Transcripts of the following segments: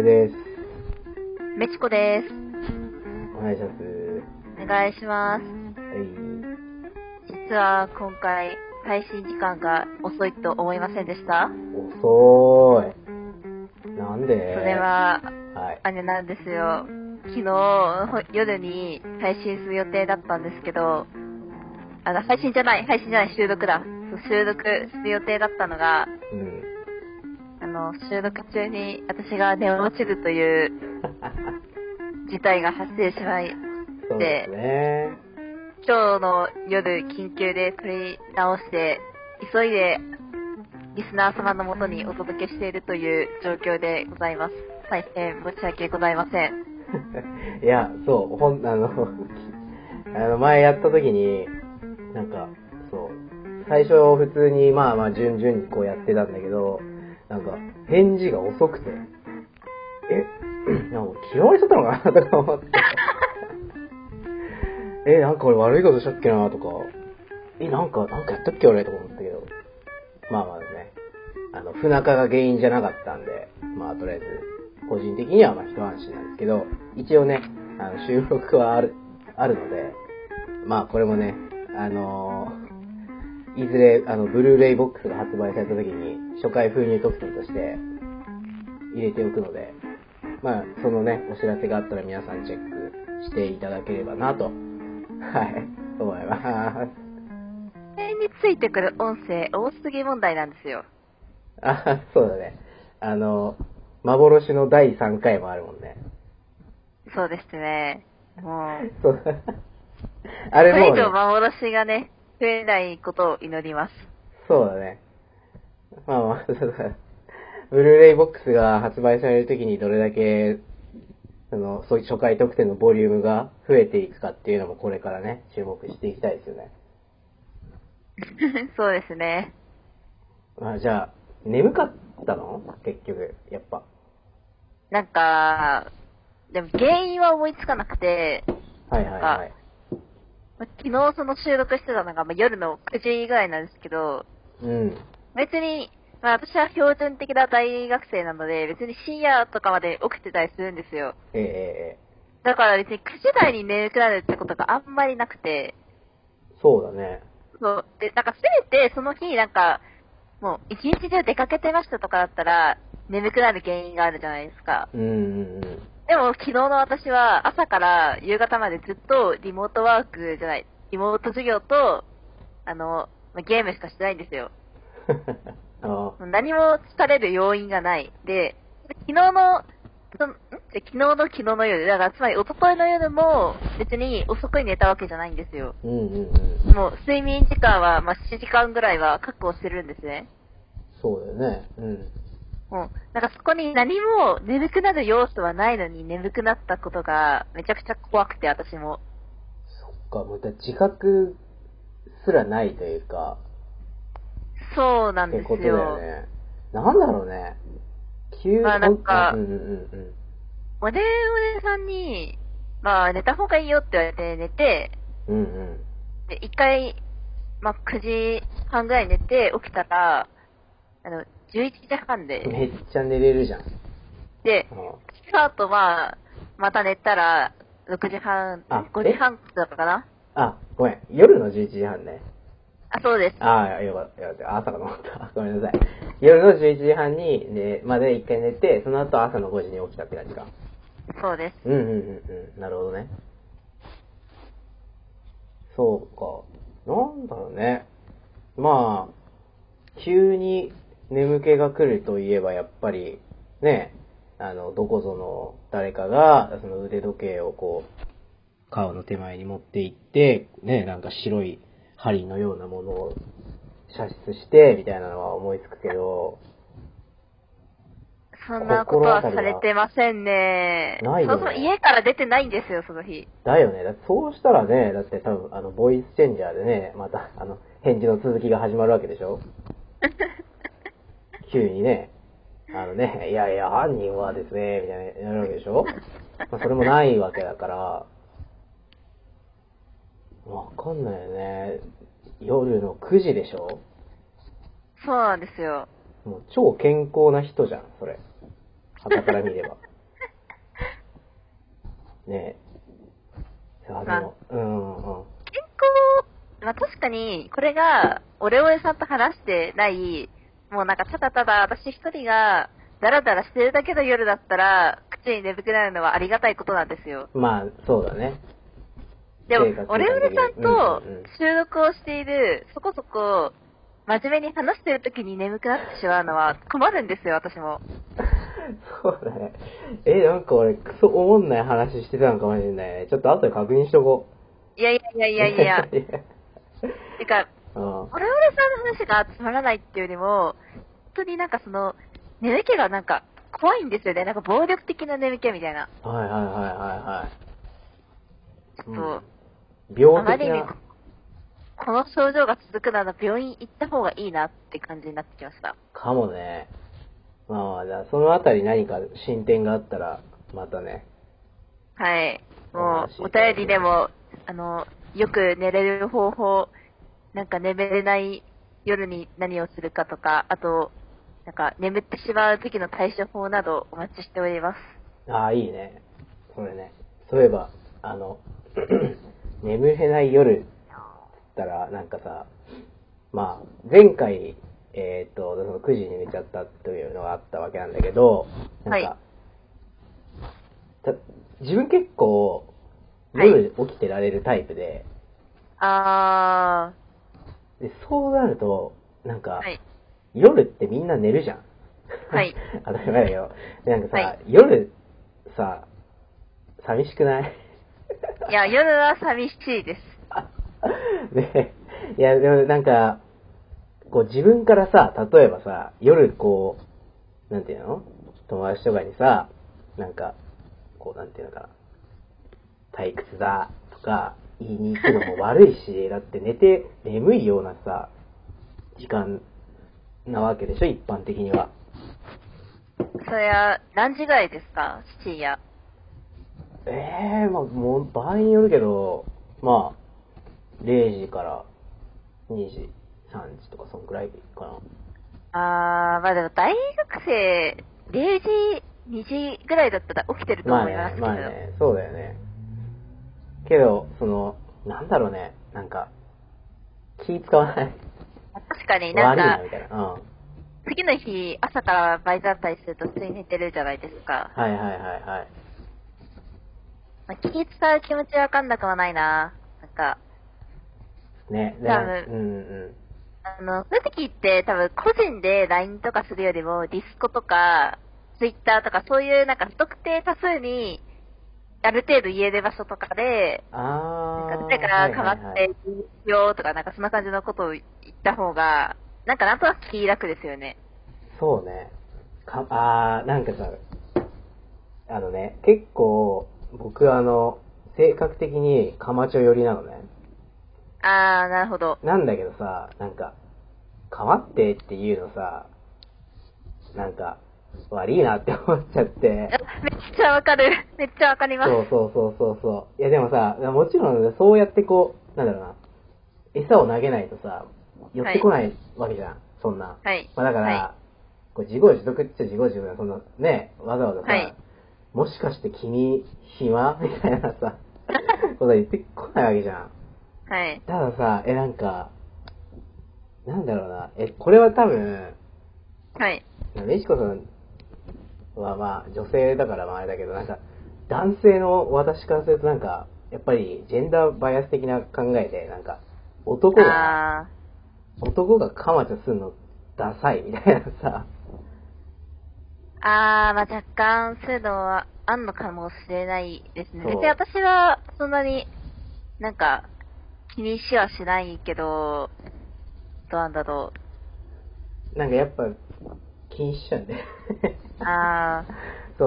るです。 めちこです。 お願いします。 お願いします。実は今回配信時間が遅いと思いませんでした？ 遅い。なんで？ それは、 はい。 あれなんですよ。昨日夜に配信する予定だったんですけど、配信じゃない、収録だ。収録する予定だったのが、収録中に私が寝落ちるという事態が発生しまい、 そうですね。 今日の夜緊急で取り直して、急いでリスナー様のもとにお届けしているという状況でございます。大変申し訳ございません。 いや、そう、前やった時に、そう、最初普通に順々にこうやってたんだけど、返事が遅くて、嫌われちゃったのかなとか思って。俺悪いことしたっけなとか、なんかやったっけ俺とか思ったけど、ね、不仲が原因じゃなかったんで、とりあえず、個人的には一安心なんですけど、一応ね、収録はあるので、これもね、いずれ、ブルーレイボックスが発売された時に、初回封入特典として入れておくので、そのね、お知らせがあったら皆さんチェックしていただければなと、はい、思います。 それについてくる音声多すぎ問題なんですよ。 そうだね。幻の第3回もあるもんね。 そうですね。もう。 そう。あれもうね。 これ以上幻がね、増えないことを祈ります。 そうだね。そうだ。ブルーレイボックスが発売されるときにどれだけ、そういう初回特典のボリュームが増えていくかっていうのもこれからね、注目していきたいですよね。 そうですね。 じゃあ、眠かったの？結局、やっぱ。 でも原因は思いつかなくて、 はいはいはい。 昨日その収録してたのが、夜の9時ぐらいなんですけど、別に、私は標準的な大学生なので、別に深夜とかまで起きてたりするんですよ。だから別に9時台に眠くなるってことがあんまりなくて。 そうだね。 そう。で、せめてその日もう一日中出かけてましたとかだったら、眠くなる原因があるじゃないですか。でも昨日の私は朝から夕方までずっとリモートワークじゃない、リモート授業と、ゲームしかしてないんですよ。何も疲れる要因がない。で、昨日の夜、だからつまり一昨日の夜も別に遅くに寝たわけじゃないんですよ。もう睡眠時間は、7時間ぐらいは確保してるんですね。 そうだよね。 もう、そこに何も眠くなる要素はないのに眠くなったことがめちゃくちゃ怖くて、私も。 そっか、もう自覚すらないというか。 そうなんですよ。 ってことだよね。なんだろうね。 おでさんに、寝た方がいいよって言われて寝て、で、一回、9時半ぐらい寝て起きたら、11時半で。 めっちゃ寝れるじゃん。 で、スタートまた寝たら、6時半、5時半だったかな？ ごめん。夜の11時半ね。 そうです。 よかった。朝かと思った。ごめんなさい。夜の11時半に、まで一回寝て、その後朝の5時に起きたって感じか。 そうです。 なるほどね。そうか。なんだろうね。急に眠気が来るといえば、やっぱり、ね、どこぞの誰かが、その腕時計をこう、顔の手前に持って行って、ね、白い針のようなものを射出して、みたいなのは思いつくけど、 そんなことはされてませんね。 ないよね。 そもそも家から出てないんですよ、その日。 だよね。そうしたらね、だって多分、ボイスチェンジャーでね、また、返事の続きが始まるわけでしょ急にね、いやいや、犯人はですね、みたいな、やるわけでしょそれもないわけだから、わかんないよね。夜の9時でしょ？ そうなんですよ。 もう超健康な人じゃん、それ。傍から見れば。 ねえ。いや、でも、 健康、確かに、これが、オレオレさんと話してない、もうなんかただただ私一人が、ダラダラしてるだけの夜だったら、口に眠くなるのはありがたいことなんですよ。 まあ、そうだね。 でも、オレオレさんと収録をしている、そこそこ、真面目に話してる時に眠くなってしまうのは困るんですよ、私も。 そうだね。なんか俺、クソおもんない話してたのかもしれないね。ちょっと後で確認しとこう。いや。てか、オレオレさんの話がつまらないっていうよりも、本当になんか眠気がなんか怖いんですよね。なんか暴力的な眠気みたいな。 はい。 ちょっと、 病あまりに的な。 この症状が続くなら病院行った方がいいなって感じになってきました。 かもね。まあ、じゃあそのあたり何か進展があったら、またね。 はい。もう、お便りでも、よく寝れる方法、なんか眠れない夜に何をするかとか、あと、なんか眠ってしまう時の対処法などお待ちしております。 ああ、いいね。それね。そういえば、眠れない夜って言ったら、なんかさ、まあ、前回、その9時に寝ちゃったというのがあったわけなんだけど、なんか、自分結構、夜起きてられるタイプで、で、そうなると、なんか、夜ってみんな寝るじゃん。当たり前だけど。なんかさ、夜、さ、寂しくない？ いや、夜は寂しいです。 ね、いや、でもなんか、こう自分からさ、例えばさ、夜こう、なんていうの？友達とかにさ、なんか、こうなんていうのかな、退屈だとか言いに行くのも悪いし、だって寝て眠いようなさ、時間なわけでしょ、一般的には。 それは何時ぐらいですか？深夜。 まあ、もう場合によるけど、まあ、0時から2時、3時とかそんくらいかまあでも大学生、0時、2時ぐらいだったら起きてるな。 と思いますけど。 まあね、そうだよね。けど、なんだろうね、なんか、気使わない。 確かになんか、 悪いな、みたいな。 次の日、朝からバイトだったりすると普通に寝てるじゃないですか。 はい。 まあ、気使う気持ちわかんなくはないな。なんか、 ね、 多分、そういう時って多分個人で LINE とかするよりも、ディスコとか、Twitter とかそういうなんか不特定多数に、ある程度言える場所とかで、なんか誰かかまっていいよとか、なんかそんな感じのことを言った方が、なんかなんとなく気楽ですよね。 そうね。なんかさ、結構、僕性格的にカマチョ寄りなのね。 なるほど。 なんだけどさ、なんか、かまってっていうのさ、なんか、悪いなって思っちゃって。 めっちゃわかる。めっちゃわかります。 そう。いやでもさ、もちろんそうやってこう、なんだろうな、餌を投げないとさ、寄ってこないわけじゃん、そんな。 はい。 まあだから、こう自業自得っちゃ自業自得だ、そんな、ね、わざわざさ、もしかして君、暇みたいなさ、こと言ってこないわけじゃん。たださ、なんか、なんだろうな、これは多分、メシコさんはまあ、女性だからまああれだけど、なんか、男性の私からするとなんか、やっぱりジェンダーバイアス的な考えで、なんか、男がカマチョするのダサいみたいなさ。 まあ若干そういうのはあんのかもしれないですね。別に私はそんなになんか気にしはしないけど、どうなんだろう。なんかやっぱ気にしちゃうんで。そう。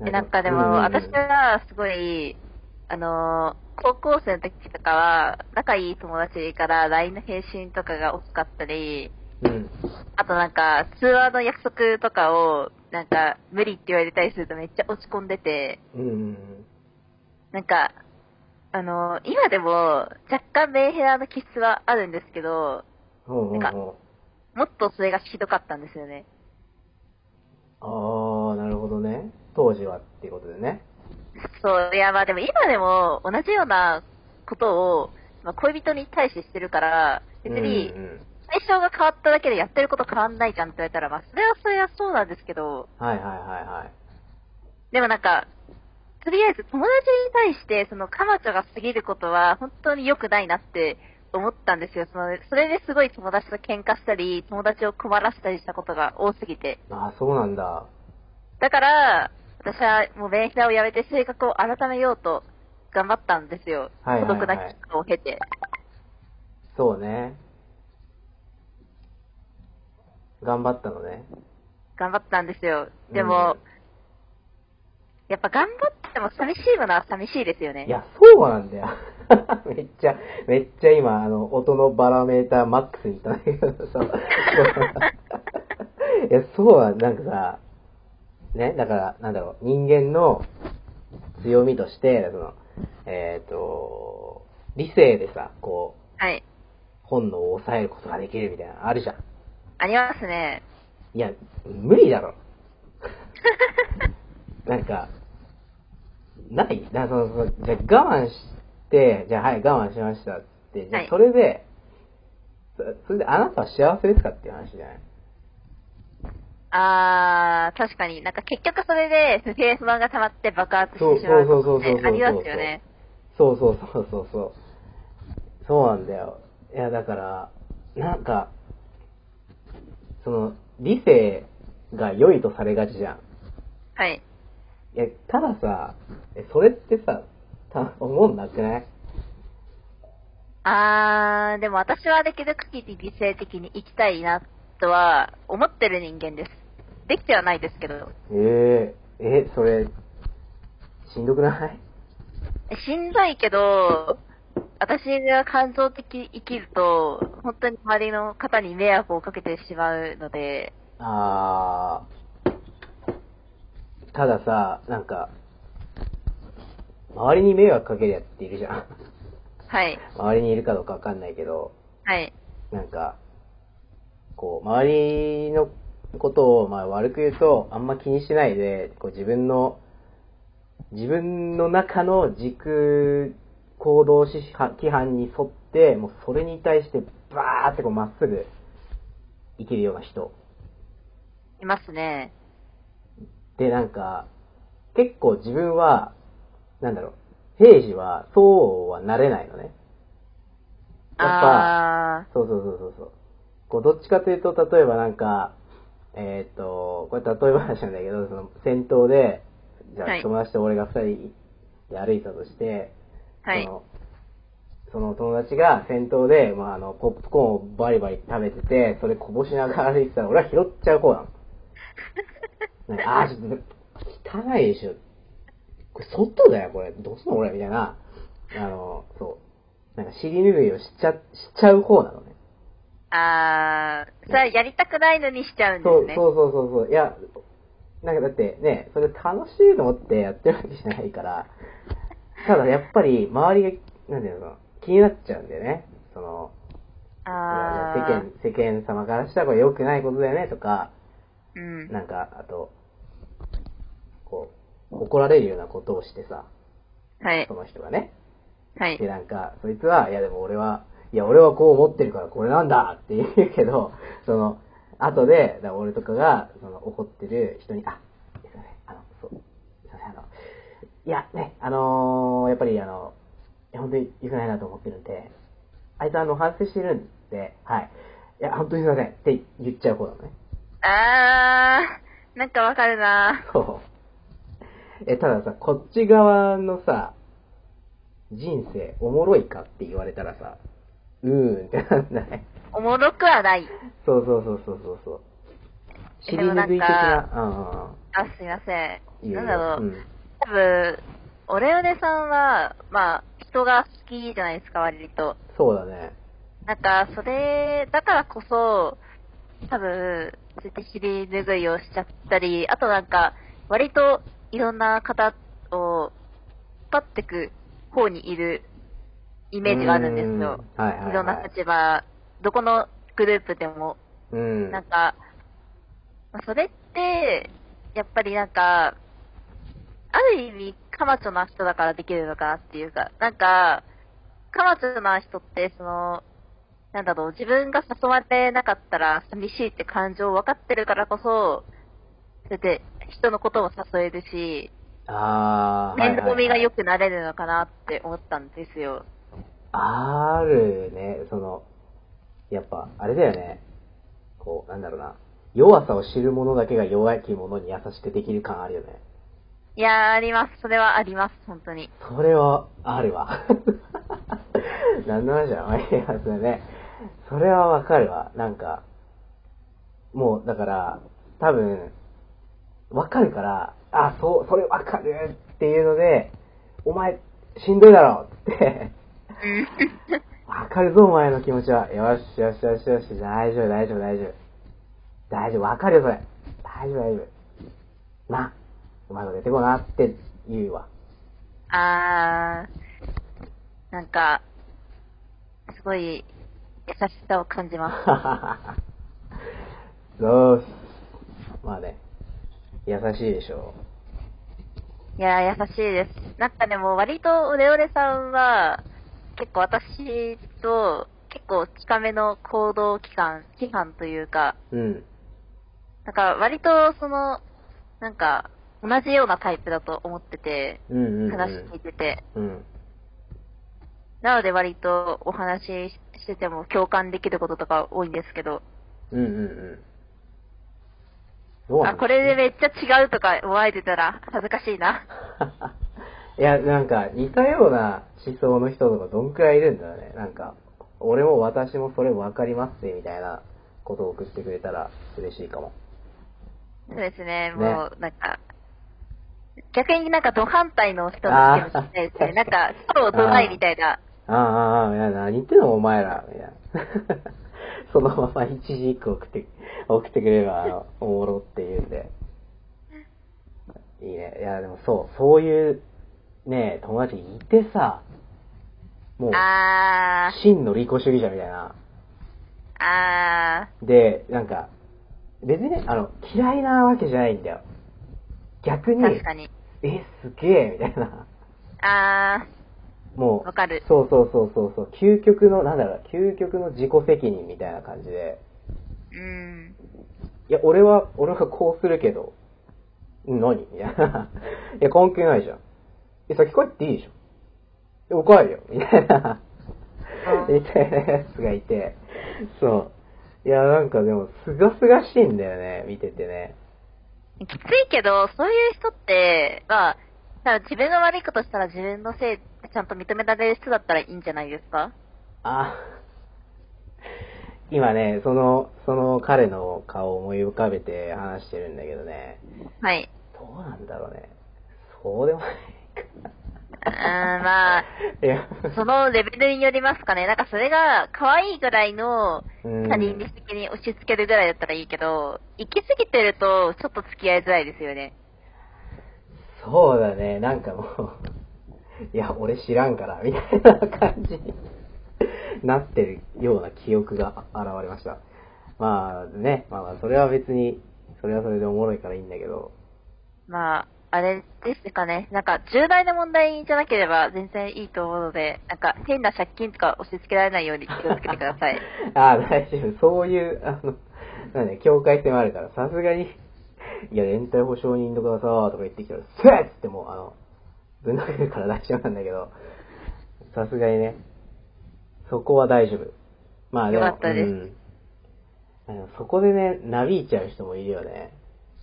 なんかでも、私はすごい、高校生の時とかは、仲いい友達から LINE の返信とかが多かったり、あとなんか、通話の約束とかを、なんか、無理って言われたりするとめっちゃ落ち込んでて、なんか、今でも若干メンヘラの気質はあるんですけど、なんか、もっとそれがひどかったんですよね。 なるほどね。 当時はっていうことでね。 そう、いやまあでも今でも同じようなことを、まあ、恋人に対してしてるから、別に、対象が変わっただけでやってること変わんないじゃんって言われたら、まあそれはそうなんですけど、 はいはいはいはい。 でもなんか、とりあえず友達に対して、その彼女が過ぎることは本当に良くないなって思ったんですよ。それですごい友達と喧嘩したり、友達を困らせたりしたことが多すぎて。 ああ、そうなんだ。 だから、私はもう便秘をやめて性格を改めようと頑張ったんですよ。 はいはいはい。 孤独な期間を経て。 そうね。頑張ったのね。 頑張ったんですよ。でも、やっぱ頑張っても寂しいものは寂しいですよね。 いや、そうなんだよ。めっちゃ今、音のバラメーターマックスにいったんだけどさ。いや、そうは、なんかさ、ね、だから、なんだろう、人間の強みとして、理性でさ、こう、 はい。 本能を抑えることができるみたいなのあるじゃん。 ありますね。 いや、無理だろ。なんか、ないだからじゃあ我慢して、じゃあはい、我慢しましたって、じゃあそれで、はい、それであなたは幸せですかっていう話じゃない？ 確かに。なんか結局それで不平不満が溜まって爆発してしまうことってありますよね。 そう。そうなんだよ。いや、だから、なんか、理性が良いとされがちじゃん。 はい。 いや、たださ、それってさ、思んなくない？ でも私はできる限り理性的に生きたいなとは思ってる人間です。できてはないですけど。 それ、しんどくない？ しんどいけど、私が感情的生きると、本当に周りの方に迷惑をかけてしまうので。 たださ、なんか、周りに迷惑かけるやつっているじゃん。 はい。 周りにいるかどうかわかんないけど、 はい。 なんか、こう、周りのことを、まあ悪く言うと、あんま気にしないで、こう自分の中の軸行動規範に沿って、もうそれに対してバーってこうまっすぐ生きるような人。 いますね。 で、なんか、結構自分は、なんだろう、平時はそうはなれないのね。やっぱ、そう。こう、どっちかというと、例えばなんか、これ例え話なんだけど、先頭で、じゃあ友達と俺が二人で歩いたとして、 はい。 その友達が先頭で、まあ、ポップコーンをバリバリ食べてて、それこぼしながら歩いてたら、俺は拾っちゃう方なの。ちょっと、汚いでしょ。これ外だよ、これ。どうすんの俺みたいな。そう。なんか尻拭いをしちゃう方なのね。 それはやりたくないのにしちゃうんですね。 そう。いや、なんかだってね、それ楽しいと思ってやってるわけじゃないから、ただやっぱり周りが、なんていうの、気になっちゃうんだよね。世間様からしたらこれ良くないことだよねとか、なんか、あと、こう、怒られるようなことをしてさ、 はい。 その人がね。 はい。 で、なんか、そいつは、いやでも俺はこう思ってるからこれなんだって言うけど、後で、俺とかが、怒ってる人に、すいません、すいません、いや、ね、やっぱり本当に良くないなと思ってるんで、あいつ反省してるんで、はい。いや、本当にすいませんって言っちゃう方なのね。 なんかわかるな。 そう。たださ、こっち側のさ、人生おもろいかって言われたらさ、ってなんない。 おもろくはない。 そう。尻拭い的な。 すいません。なんだろう。 多分、オレオレさんは、まあ、人が好きじゃないですか、割と。 そうだね。 なんか、それ、だからこそ、多分、そうやって尻拭いをしちゃったり、あとなんか、割といろんな方を引っ張ってく方にいるイメージがあるんですよ。いろんな立場、どこのグループでも。なんか、それって、やっぱりなんか、 ある意味、カマチョな人だからできるのかなっていうか、なんか、カマチョな人って、なんだろう、自分が誘われなかったら寂しいって感情を分かってるからこそ、それで人のことを誘えるし、面倒見が良くなれるのかなって思ったんですよ。 あるね、やっぱ、あれだよね。こう、なんだろうな。弱さを知る者だけが弱き者に優しくできる感あるよね。 いやー、あります。それはあります、本当に。 それは、あるわ。何の話だろう。いや、それね。それはわかるわ。なんか、もう、だから、多分、わかるから、あ、それわかるっていうので、お前、しんどいだろってわかるぞ、お前の気持ちは。よし、よし、よし、よし、大丈夫、大丈夫、大丈夫。大丈夫、わかるよ、それ。大丈夫、大丈夫。な、うまいこと出てこなって言うわ。 なんか、すごい、優しさを感じます。 そうっす。まあね、優しいでしょう。いやー、優しいです。なんかでも割とオレオレさんは、結構私と、結構近めの行動規範というか、 うん。 なんか割となんか、同じようなタイプだと思ってて、話聞いてて。なので割とお話ししてても共感できることとか多いんですけど。これでめっちゃ違うとか思われてたら恥ずかしいな。 いや、なんか似たような思想の人とかどんくらいいるんだよね。なんか、俺も私もそれ分かりますみたいなことを送ってくれたら嬉しいかも。 そうですね、もう、なんか、逆になんかド反対の人の意見も聞きたいですね。なんか、超ドライみたいな。 いや、何言ってんのお前ら。いやそのまま一字一句送ってくれれば、おもろって言うんで。いいね。いや、でもそういうね、友達いてさ、もう、真の利己主義者みたいな。で、なんか、別にね、嫌いなわけじゃないんだよ。逆に、 確かに。 すげえみたいな。もう、 わかる。 そう、究極の自己責任みたいな感じで。いや、俺はこうするけど、何みたいな。いや、関係ないじゃん。先帰っていいでしょ。お帰るよ。みたいな。みたいなやつがいて。そう。いや、なんかでも、すがすがしいんだよね、見ててね。 きついけど、そういう人って、まあ、自分が悪いことしたら自分のせいちゃんと認められる人だったらいいんじゃないですか？ 今ね、その彼の顔を思い浮かべて話してるんだけどね。 はい。 どうなんだろうね。そうでもないか。 まあ、そのレベルによりますかね。なんかそれが可愛いぐらいの他人的に押し付けるぐらいだったらいいけど、行き過ぎてるとちょっと付き合いづらいですよね。 そうだね、なんかもういや、俺知らんから、みたいな感じになってるような記憶が現れました。まあね、まあそれは別に、それはそれでおもろいからいいんだけど。 まあ、あれですかね。なんか、重大な問題じゃなければ全然いいと思うので、なんか、変な借金とか押し付けられないように気をつけてください。 大丈夫。そういう、境界線もあるから、さすがに、いや、連帯保証人とかさ、とか言ってきたら、せーってもう、ぶん投げるから大丈夫なんだけど、さすがにね、そこは大丈夫。まあでも、 よかったです。 そこでね、なびいちゃう人もいるよね。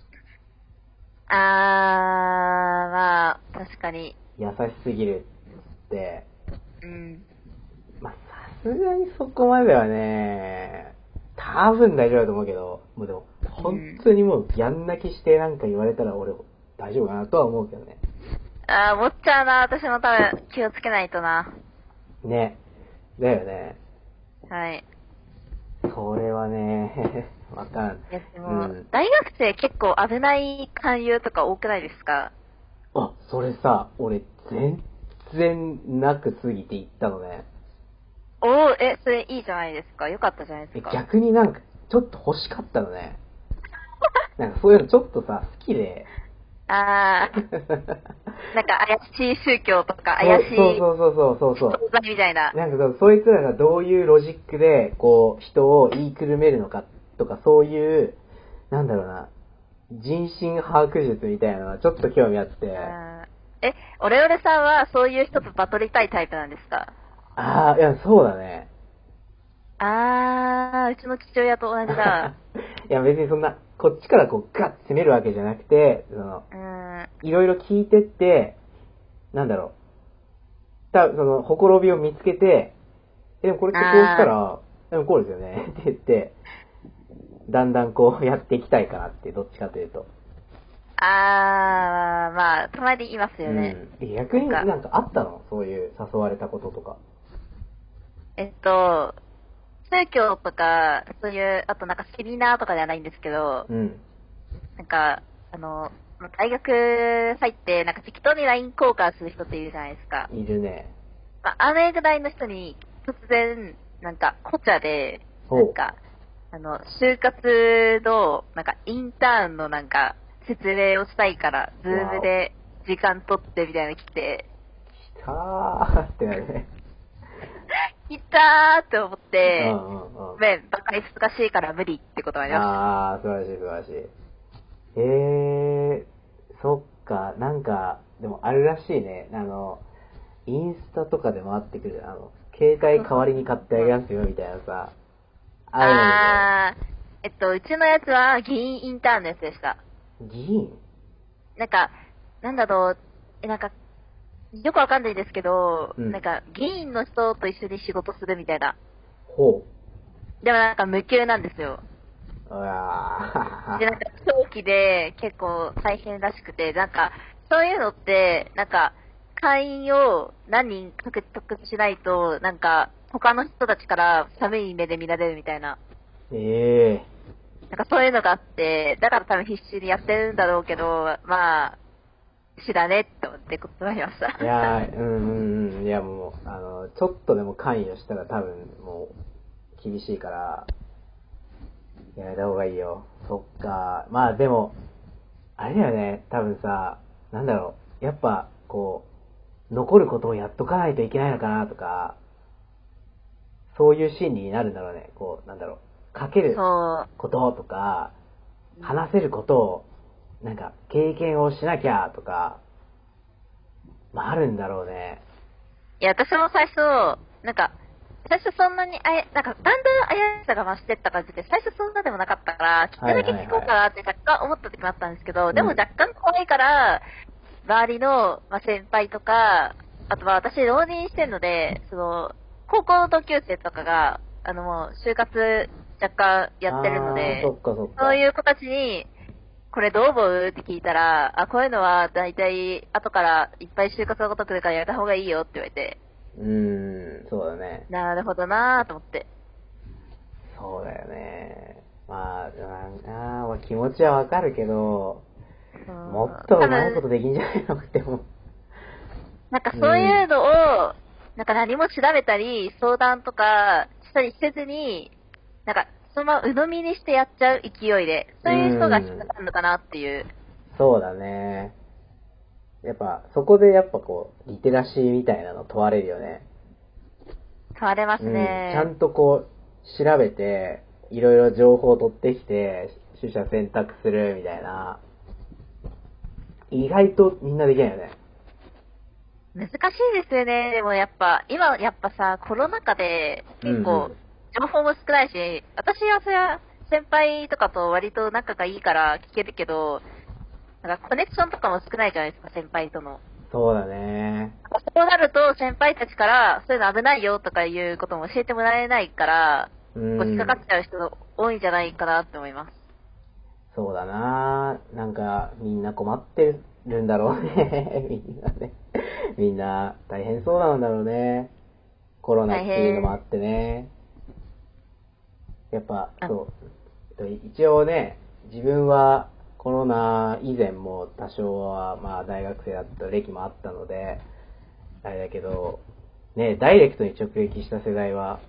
まあ、確かに。 優しすぎるって。まあ、さすがにそこまではね、多分大丈夫だと思うけど、もうでも、本当にもうギャン泣きしてなんか言われたら俺、大丈夫かなとは思うけどね。 思っちゃうな。私も多分気をつけないとな。 ね。だよね。 はい。 それはね、わかん。 でも、大学生結構危ない勧誘とか多くないですか？ それさ、俺全然なくすぎて言ったのね。 それいいじゃないですか。よかったじゃないですか。 逆になんか、ちょっと欲しかったのね。なんかそういうのちょっとさ、好きで、 あなんか怪しい宗教とか怪しいそうみたいな。 なんかそいつらがどういうロジックでこう人を言いくるめるのかとか、そういうなんだろうな、人心把握術みたいなのはちょっと興味あって。 オレオレさんはそういう人とバトりたいタイプなんですか？ いや、そうだね。 うちの父親と同じだ。 いや、別にそんな、こっちからこうガッて攻めるわけじゃなくて、いろいろ聞いてって、なんだろう。その、ほころびを見つけて、でもこれってこうしたら、でもこうですよねって言って、だんだんこうやっていきたいかなって、どっちかというと。 まあ、たまにいますよね。 逆になんかあったの？そういう誘われたこととか。 宗教とか、そういう、あとなんかセミナーとかではないんですけど、なんか、大学入って、なんか適当に LINE 交換する人っているじゃないですか。 いるね。 あのぐらいの人に、突然、なんか、コチャで、なんか、就活の、なんか、インターンのなんか、説明をしたいから、ズームで時間取ってみたいなの来て、 来たーってなるね。 来たーって思って、ごめん、バカ忙しいから無理ってことになりました。 素晴らしい素晴らしい。そっか、なんか、でもあるらしいね。インスタとかで回ってくる、携帯代わりに買ってあげますよみたいなさ。 うちのやつは議員インターンのやつでした。 議員？ なんか、なんだろう、なんか、よくわかんないですけど、なんか、議員の人と一緒に仕事するみたいな。 ほう。でもなんか無給なんですよ。 で、なんか長期で結構大変らしくて、なんか、そういうのって、なんか、会員を何人獲得しないと、なんか、他の人たちから寒い目で見られるみたいな。なんかそういうのがあって、だから多分必死にやってるんだろうけど、まあ、知らねって思って断りました。 いやいやもう、ちょっとでも関与したら多分もう、厳しいから、やめた方がいいよ。そっか。まあでも、あれだよね、多分さ、なんだろう、やっぱ、こう、残ることをやっとかないといけないのかなとか、そういう心理になるんだろうね。こう、なんだろう、書けることとか、話せることを、なんか、経験をしなきゃとか、まああるんだろうね。 いや、私も最初、なんか、最初そんなになんか、だんだん怪しさが増してった感じで、最初そんなでもなかったから、聞くだけ聞こうかなって若干思った時もあったんですけど、でも若干怖いから、周りの、先輩とか、あとは私浪人してるので、高校の同級生とかが、もう、就活若干やってるので、そういう子たちに、これどう思うって聞いたら、こういうのは大体後からいっぱい就活のこと来るからやった方がいいよって言われて。 そうだね。 なるほどなぁと思って。 そうだよね。まあ気持ちはわかるけど、もっとうまいことできんじゃないのって思う。 なんかそういうのを、なんか何も調べたり、相談とかしたりせずに、なんかそのまま鵜呑みにしてやっちゃう勢いで、そういう人が引っかかるのかなっていう。 そうだね。やっぱ、そこでやっぱこう、リテラシーみたいなの問われるよね。 問われますね。 ちゃんとこう、調べて、いろいろ情報を取ってきて、取捨選択するみたいな。意外とみんなできないよね。 難しいですよね。でもやっぱ、今やっぱさ、コロナ禍で結構、情報も少ないし、私はそれは先輩とかと割と仲がいいから聞けるけど、なんかコネクションとかも少ないじゃないですか、先輩との。 そうだね。 そうなると先輩たちから、そういうの危ないよとかいうことも教えてもらえないから、引っかかっちゃう人が多いんじゃないかなって思います。 そうだな。なんか、みんな困ってるんだろうね。みんなね。みんな大変そうなんだろうね。コロナっていうのもあってね。やっぱ、そう。一応ね、自分はコロナ以前も多少はまあ大学生だった歴もあったので、あれだけど、ね、ダイレクトに直撃した世代は、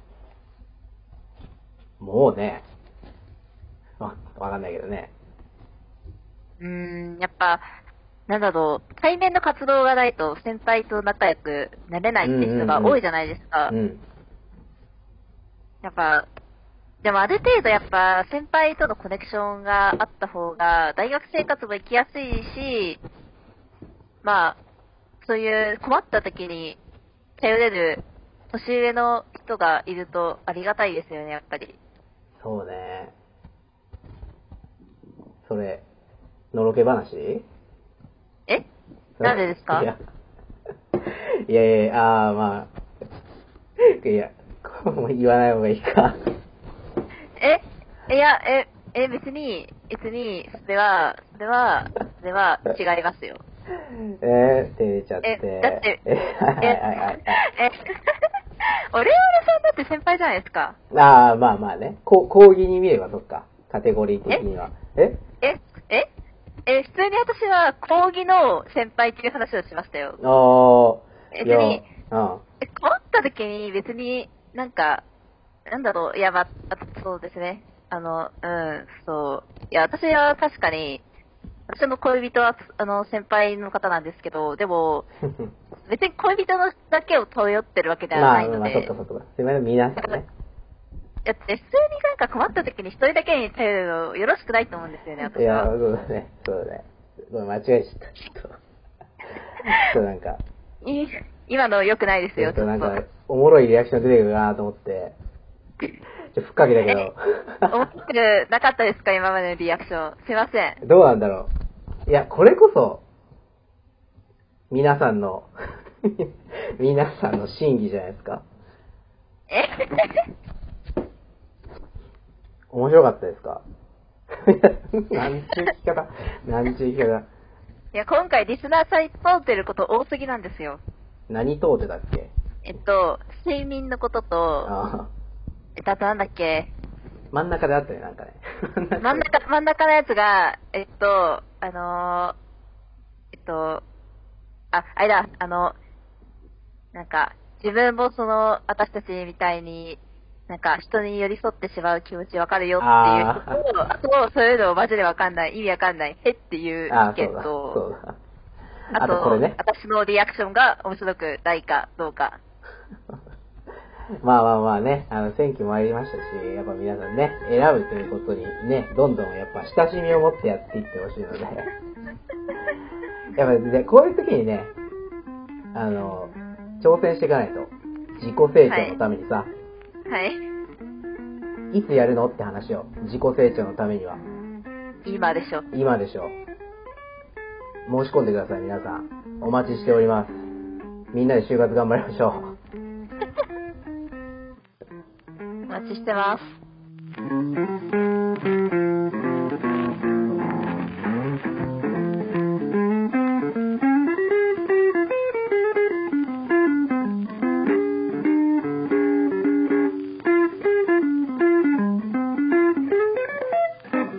もうね、わかんないけどね。 やっぱ、 なんだろう、対面の活動がないと先輩と仲良くなれないって人が多いじゃないですか。やっぱ、でもある程度やっぱ先輩とのコネクションがあった方が大学生活も行きやすいし、まあ、そういう困った時に頼れる年上の人がいるとありがたいですよね、やっぱり。 そうね。それ、のろけ話？ え？なんでですか？ いや、まあ、いや、言わない方がいいか。 別に、それは違いますよ。 照れちゃって。 だって、 はい。 オレオレさんだって先輩じゃないですか。 まあね。講義に見ればそっか。カテゴリー的には。 普通に私は講義の先輩っていう話をしましたよ。別に、困った時に別になんか、なんだろう、いや、そうですね。そう。いや、私は確かに、私の恋人は、先輩の方なんですけど、でも、別に恋人のだけを頼ってるわけではないので。 そっか。すいません、皆さんね。 普通になんか困った時に一人だけに頼るのよろしくないと思うんですよね、私は。 いや、そうだね。ごめん、間違えちゃった。ちょっとなんか。 今の良くないですよ、ちょっと。 なんか、おもろいリアクション出てくるなと思って。ふっかけだけど。 思ってなかったですか、今までのリアクション。すいません。 どうなんだろう。いや、これこそ、皆さんの真偽じゃないですか。面白かったですか？なんちゅう聞き方。 いや、今回リスナーさん通ってること多すぎなんですよ。 何通ってたっけ？ 睡眠のことと、あとなんだっけ？ 真ん中であったね、なんかね。 真ん中のやつが、あれだ、なんか、自分も私たちみたいに、なんか、人に寄り添ってしまう気持ちわかるよっていう人と、あと、そういうのマジでわかんない、意味わかんない、へっていう意見と、あとこれね。私のリアクションが面白くないかどうか。 まあね、選挙もありましたし、やっぱ皆さんね、選ぶということにね、どんどんやっぱ親しみを持ってやっていってほしいので、やっぱね、こういう時にね、挑戦していかないと、自己成長のためにさ、 はい。 いつやるのって話を、自己成長のためには。 今でしょ。 申し込んでください、皆さん。お待ちしております。みんなで就活頑張りましょう。 お待ちしてます。